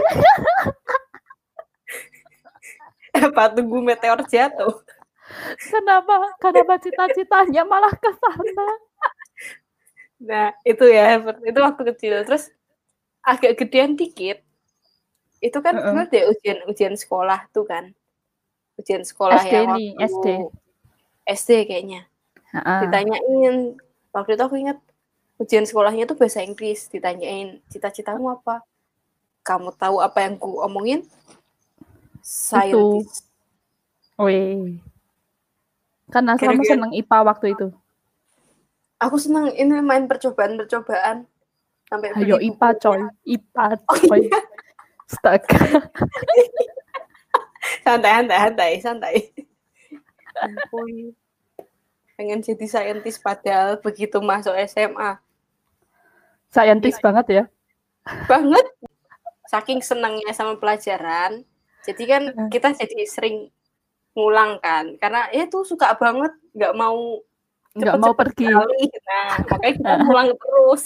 Apa tunggu meteor jatuh?
Kenapa? Kenapa cita-citanya malah ke sana?
Nah, itu ya, itu waktu kecil. Terus agak gedean dikit. Itu kan uh-uh. dulu deh ujian-ujian sekolah tuh kan. Ujian sekolah
S D
yang
nih,
waktu
S D.
S D kayaknya. Uh-uh. Ditanyain, waktu itu aku ingat ujian sekolahnya tuh bahasa Inggris. Ditanyain, cita-citamu apa? Kamu tahu apa yang ku omongin? Scientist.
Wih. Karena kamu seneng I P A waktu itu.
Aku seneng ini main percobaan-percobaan. Sampai
ayo I P A coy, I P A coy. Astaga.
santai, santai, santai, santai. Pengen jadi saintis padahal begitu masuk S M A.
Saintis ya, banget ya?
Banget. Saking senangnya sama pelajaran, jadi kan uh. kita jadi sering ngulang kan. Karena ya tuh suka banget, nggak mau
nggak mau pergi.
Sekali. Nah, makanya kita ngulang terus.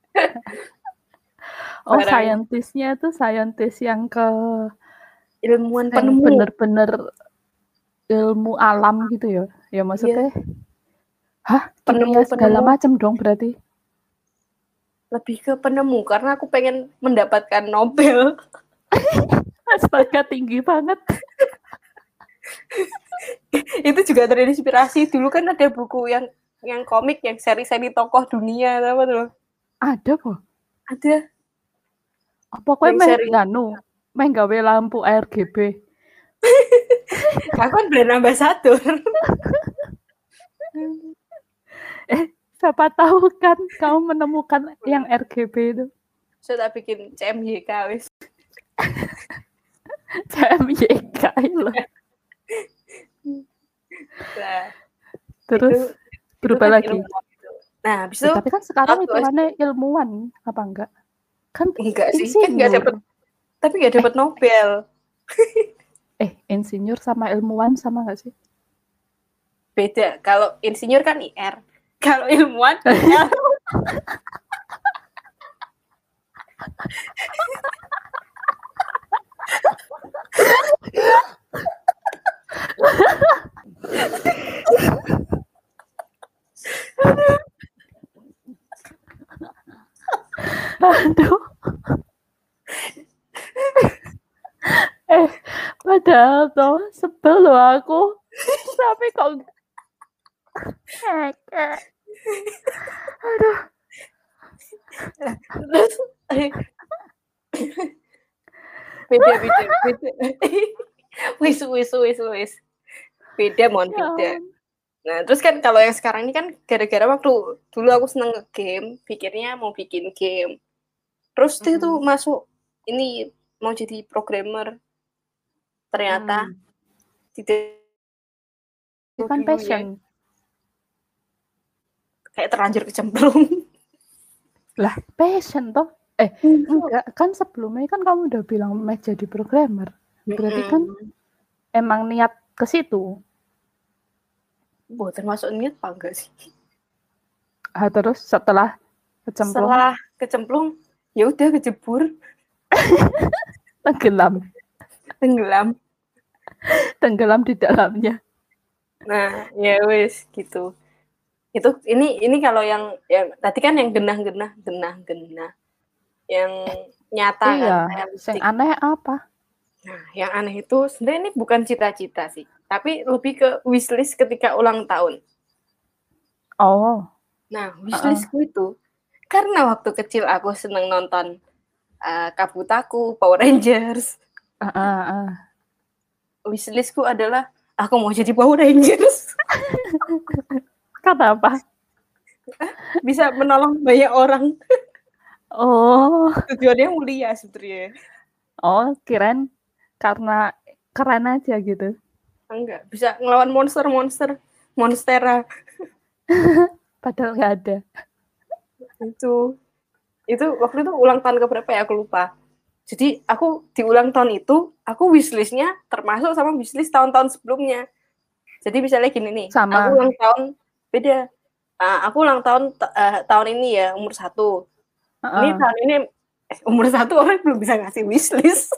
Oh, saintisnya tuh saintis yang ke
ilmuwan penemu.
Bener-bener ilmu alam gitu ya. Ya maksudnya. Yeah. Hah? Penemu segala macam dong berarti.
Lebih ke penemu karena aku pengen mendapatkan Nobel.
Astaga, tinggi banget.
Itu juga terinspirasi. Dulu kan ada buku yang yang komik yang seri-seri tokoh dunia apa tuh?
Ada kok.
Ada.
Apa kowe meh nganu, meh gawe lampu R G B.
Aku kan brand ambassador.
eh, siapa tahu kan kamu menemukan yang R G B itu.
Saya tak bikin C M Y K wis.
C M Y K loh.
Nah,
terus itu, berubah itu kan lagi.
Nah, habis itu,
tapi kan sekarang itu mana ilmuwan apa enggak? Kan
enggak sih, kan enggak dapat. Tapi enggak dapat eh. Nobel.
eh, insinyur sama ilmuwan sama enggak sih?
Beda. Kalau insinyur kan I R. Kalau ilmuwan I R.
Aduh. eh, padahal tuh sebel loh aku. Tapi kok Keke. Aduh.
beda beda beda. Wis wis wis wis. Beda mon beda. Nah, terus kan kalau yang sekarang ini kan gara-gara waktu dulu aku seneng nge-game, pikirnya mau bikin game. Terus mm-hmm. itu masuk ini mau jadi programmer. Ternyata mm. tidak
bukan passion. Ya.
Kayak terlanjur kecemplung.
Lah, passion toh? Eh, mm-hmm. enggak, kan sebelumnya kan kamu udah bilang mau jadi programmer. Berarti mm-hmm. kan emang niat ke situ.
Wah, termasuk niat apa enggak sih?
Ah, terus setelah kecemplung?
Setelah kecemplung, ya udah kejebur.
Tenggelam.
Tenggelam.
Tenggelam di dalamnya.
Nah, ya wes gitu. Itu ini ini kalau yang yang tadi kan yang genah-genah, genah-genah. Yang eh, nyata
iya,
kan.
Yang aneh apa?
Nah, yang aneh itu sebenarnya ini bukan cita-cita sih, tapi lebih ke wishlist ketika ulang tahun.
Oh.
Nah, wishlistku uh-uh. itu karena waktu kecil aku seneng nonton uh, Kabutaku, Power Rangers.
Uh-uh, uh.
Wishlistku adalah aku mau jadi Power Rangers.
Kenapa?
Bisa menolong banyak orang.
Oh.
Tujuannya mulia sebenarnya.
Oh, kirain karena keren aja gitu.
Enggak, bisa ngelawan monster-monster, monstera.
Padahal nggak ada.
Itu, itu waktu itu ulang tahun keberapa ya? Aku lupa. Jadi aku di ulang tahun itu, aku wishlist-nya termasuk sama wishlist tahun-tahun sebelumnya. Jadi misalnya gini nih,
Sama.
aku ulang tahun beda. Uh, aku ulang tahun uh, tahun ini ya umur satu. Uh-uh. Ini tahun ini eh, umur satu orang belum bisa ngasih wishlist.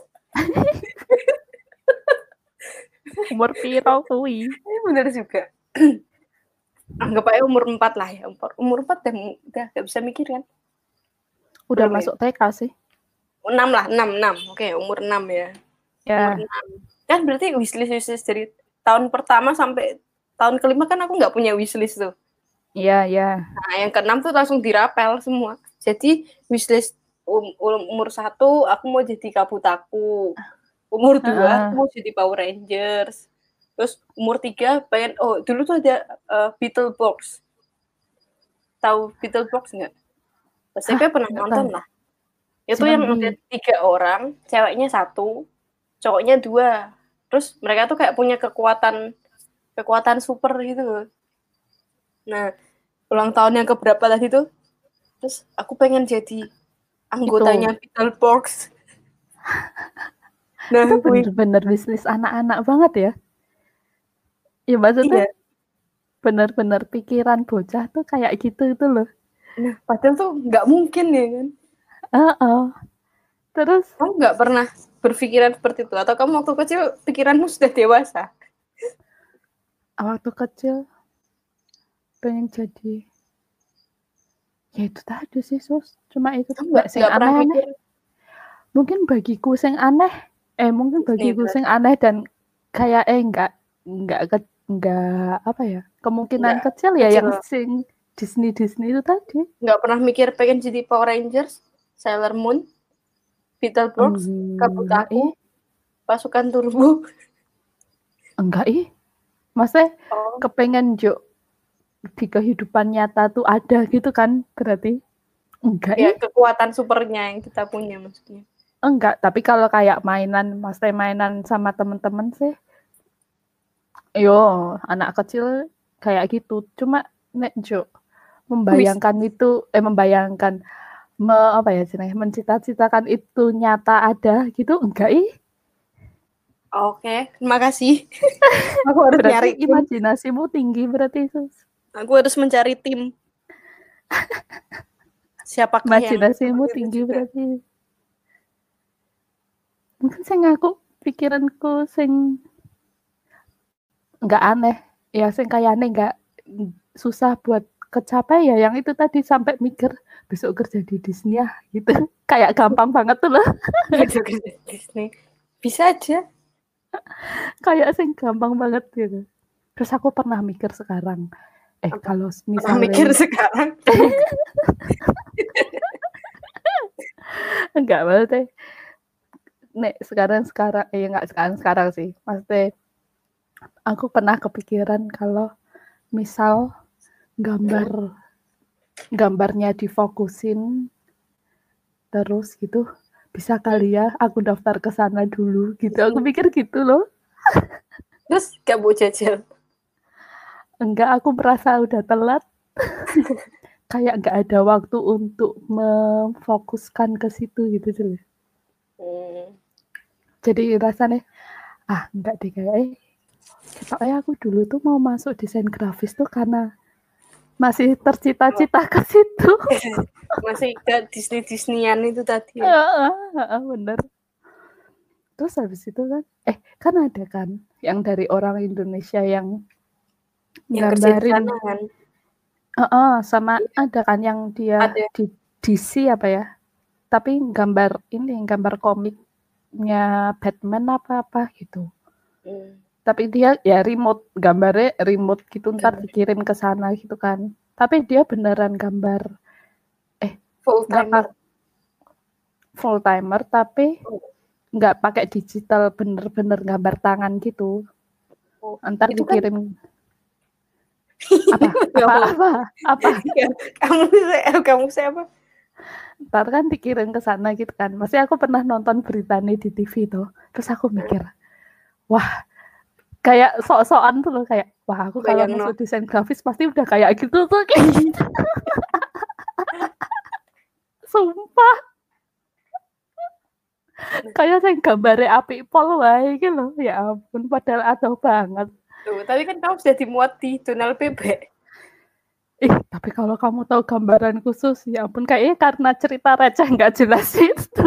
Umur piro kuwi?
Bener juga. Anggap aja umur empat lah ya. Umur empat udah, udah gak bisa mikir kan?
Udah belum masuk ya? T K sih.
enam lah, enam, enam. Oke, umur enam ya.
Ya.
Umur enam. Kan berarti wishlist wishlist dari tahun pertama sampai tahun kelima kan aku nggak punya wishlist tuh.
Iya, iya.
Nah, yang keenam tuh langsung dirapel semua. Jadi wishlist um, umur satu aku mau jadi Kabutaku. Umur dua uh-uh. aku mau jadi Power Rangers. Terus umur tiga pengen, oh dulu tuh ada uh, Beetleborgs. Tahu Beetleborgs nggak? Pasti pernah nonton tahu. Lah. Itu Cuman yang ada tiga orang, ceweknya satu, cowoknya dua. Terus mereka tuh kayak punya kekuatan kekuatan super gitu. Nah, ulang tahun yang keberapa tadi tuh? Terus aku pengen jadi anggotanya Beetleborgs.
Nah, itu bener-bener bisnis anak-anak banget ya. Ya maksudnya iya. Bener-bener pikiran bocah tuh kayak gitu itu loh.
Nah, padahal tuh nggak mungkin ya kan.
Uh-uh. Terus
kamu nggak pernah berpikiran seperti itu atau kamu waktu kecil pikiranmu sudah dewasa?
Waktu kecil pengen jadi ya itu tadi sih sus, cuma itu tuh nggak sing aneh-aneh. Mungkin bagiku sing aneh, eh mungkin bagiku sing aneh dan kayak eh nggak nggak ke nggak apa ya kemungkinan nggak, kecil ya kecil. Yang sing Disney Disney itu tadi.
Nggak pernah mikir pengen jadi Power Rangers, Sailor Moon, Beetleborgs, hmm, Kabutaku, eh. Pasukan Turbo.
Enggak ih, maksudnya oh. kepengen jo di kehidupan nyata tuh ada gitu kan berarti? Enggak
ya,
ih.
Kekuatan supernya yang kita punya maksudnya.
Enggak, tapi kalau kayak mainan, maksudnya mainan sama temen-temen sih, yo anak kecil kayak gitu. Cuma nek jo membayangkan Wis. itu, eh membayangkan, me, apa ya sih, mencita-citakan itu nyata ada gitu, enggak ih.
Oke, terima kasih. Aku harus
berarti
nyari
imajinasimu tinggi berarti Sus.
Aku harus mencari tim. Siapakah
imajinasimu yang tinggi berarti. Mungkin sing aku pikiranku sing enggak aneh, ya sing kayane enggak susah buat kecapai ya yang itu tadi sampai mikir besok kerja di Disney ya gitu. Kayak gampang banget tuh loh.
Besok kerja di Disney. Bisa aja.
Kayak sing gampang banget gitu. Terus aku pernah mikir sekarang, eh apa? Kalau misalnya
pernah mikir sekarang
enggak banget deh. Nek sekarang sekarang eh enggak sekarang sekarang sih. Maksudnya aku pernah kepikiran kalau misal gambar gambarnya difokusin terus gitu bisa kali ya aku daftar ke sana dulu gitu. Aku pikir gitu loh.
Terus gak mau jajal?
Enggak, aku merasa udah telat. Kayak gak ada waktu untuk memfokuskan ke situ gitu sih. Hmm. Jadi rasanya ah enggak deh kayak eh kayak aku dulu tuh mau masuk desain grafis tuh karena masih tercita-cita ke situ.
Masih ke Disney-Disneyan itu tadi.
Heeh, heeh, bener. Terus habis itu kan, eh kan ada kan yang dari orang Indonesia yang,
yang gambarin. Kan?
Heeh, sama ya. Ada kan yang dia ada. Di D C apa ya? Tapi gambar ini gambar komiknya Batman apa-apa gitu. Hmm. Tapi dia ya remote, gambarnya remote gitu, ntar dikirim ke sana gitu kan. Tapi dia beneran gambar eh
full timer.
Full timer tapi nggak pakai digital, bener-bener gambar tangan gitu. Oh, ntar dikirim kan... apa? apa apa apa
kamu kamu siapa?
Ntar kan dikirim ke sana gitu kan. Masih aku pernah nonton berita nih di T V tuh. Terus aku mikir, wah kayak sok-sokan tuh loh, kayak wah aku kalau masuk no. desain grafis pasti udah kayak gitu tuh kayak gitu. Sumpah. Kayak saya gambare apik pol wae iki lho. Ya ampun, padahal adoh banget.
Tuh, tapi kan kamu sudah dimuat di jurnal P B.
Ih, tapi kalau kamu tahu gambaran khusus, ya ampun, kayaknya karena cerita receh nggak jelas itu.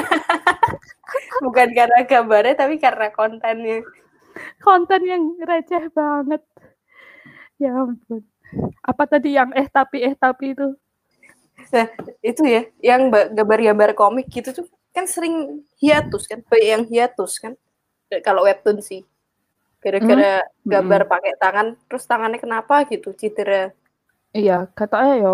Bukan karena gambarnya, tapi karena kontennya.
Konten yang receh banget. Ya ampun. Apa tadi yang eh tapi eh tapi itu?
Nah, itu ya, yang gambar-gambar komik gitu tuh kan sering hiatus kan, banyak yang hiatus kan. Kalau webtoon sih. Gara-gara hmm? gambar hmm. pakai tangan, terus tangannya kenapa gitu, cedera.
Iya, katanya yo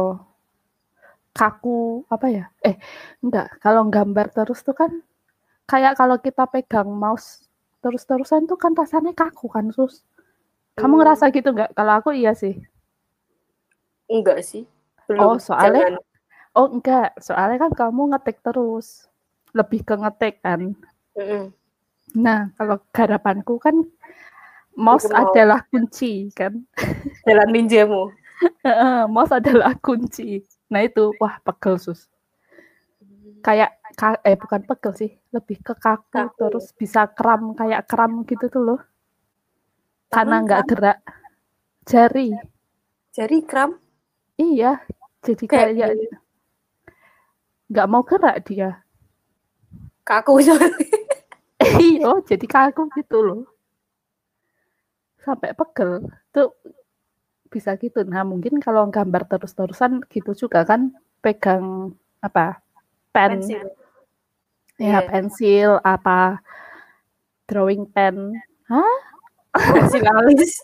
kaku apa ya? Eh, enggak, kalau gambar terus tuh kan kayak kalau kita pegang mouse terus-terusan tuh kan rasanya kaku kan, Sus. Kamu hmm. ngerasa gitu enggak? Kalau aku iya sih.
Enggak sih.
Oh,
Belum.
soalnya Jangan. Oh, enggak. Soalnya kan kamu ngetik terus. Lebih ke ngetik kan.
Mm-hmm.
Nah, kalau garapanku kan mouse adalah kunci kan.
Jalan ninjamu.
Mouse adalah kunci. Nah itu, wah pegel sus. Kayak, eh bukan pegel sih, lebih ke kaku, kaku. Terus bisa kram, kayak kram gitu tuh loh. Karena nggak gerak. Jari.
Jari kram?
Iya, jadi kayak, kayak nggak mau gerak dia.
Kaku soalnya.
Iya, jadi kaku gitu loh. Sampai pegel. Tuh bisa gitu. Nah, mungkin kalau gambar terus-terusan gitu juga kan pegang apa? Pen.
Pensil.
Ya, yeah. pensil apa? Drawing pen. Hah?
Pensil alis.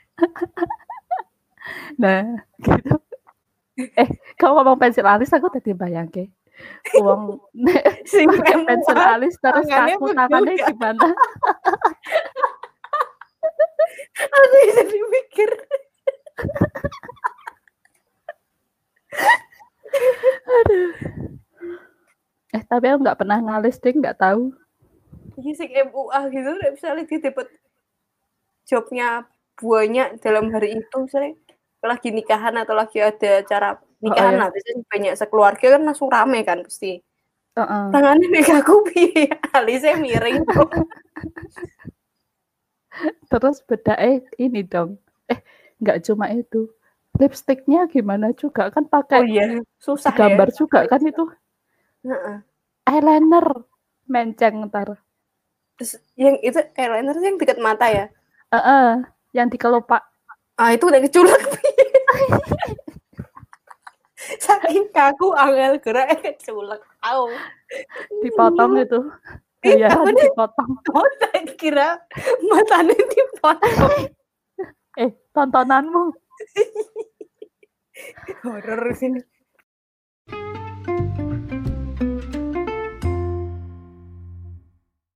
Nah, gitu. Eh, kalau ngomong pensil alis aku tadi bayang ke. Uang pakai pensil alis terus kaku tangannya gimana?
Aku jadi mikir.
Aduh. Eh tapi aku nggak pernah ngalis deh, nggak tahu.
Iya sih M U A gitu, misalnya dia dapat jobnya banyak dalam hari itu, misalnya lagi nikahan atau lagi ada acara nikahan, oh, iya. lah biasanya banyak sekeluarga kan langsung rame kan pasti.
Uh-uh.
Tangannya mega kupi, alisnya miring.
Terus beda eh ini dong. Eh nggak cuma itu. Lipstiknya gimana juga kan pakai.
Oh iya, susah
gambar
ya.
juga kan itu.
Uh-uh.
Eyeliner menceng ntar.
Terus yang itu eyeliner yang dekat mata ya?
Uh-uh. Yang di kelopak.
Ah itu udah keculek. Saking kaku angel gerak keculek. Au.
Dipotong itu. Iya, dipotong.
Oh, saya kira matanya dipotong.
Eh, tontonanmu.
Horor sini.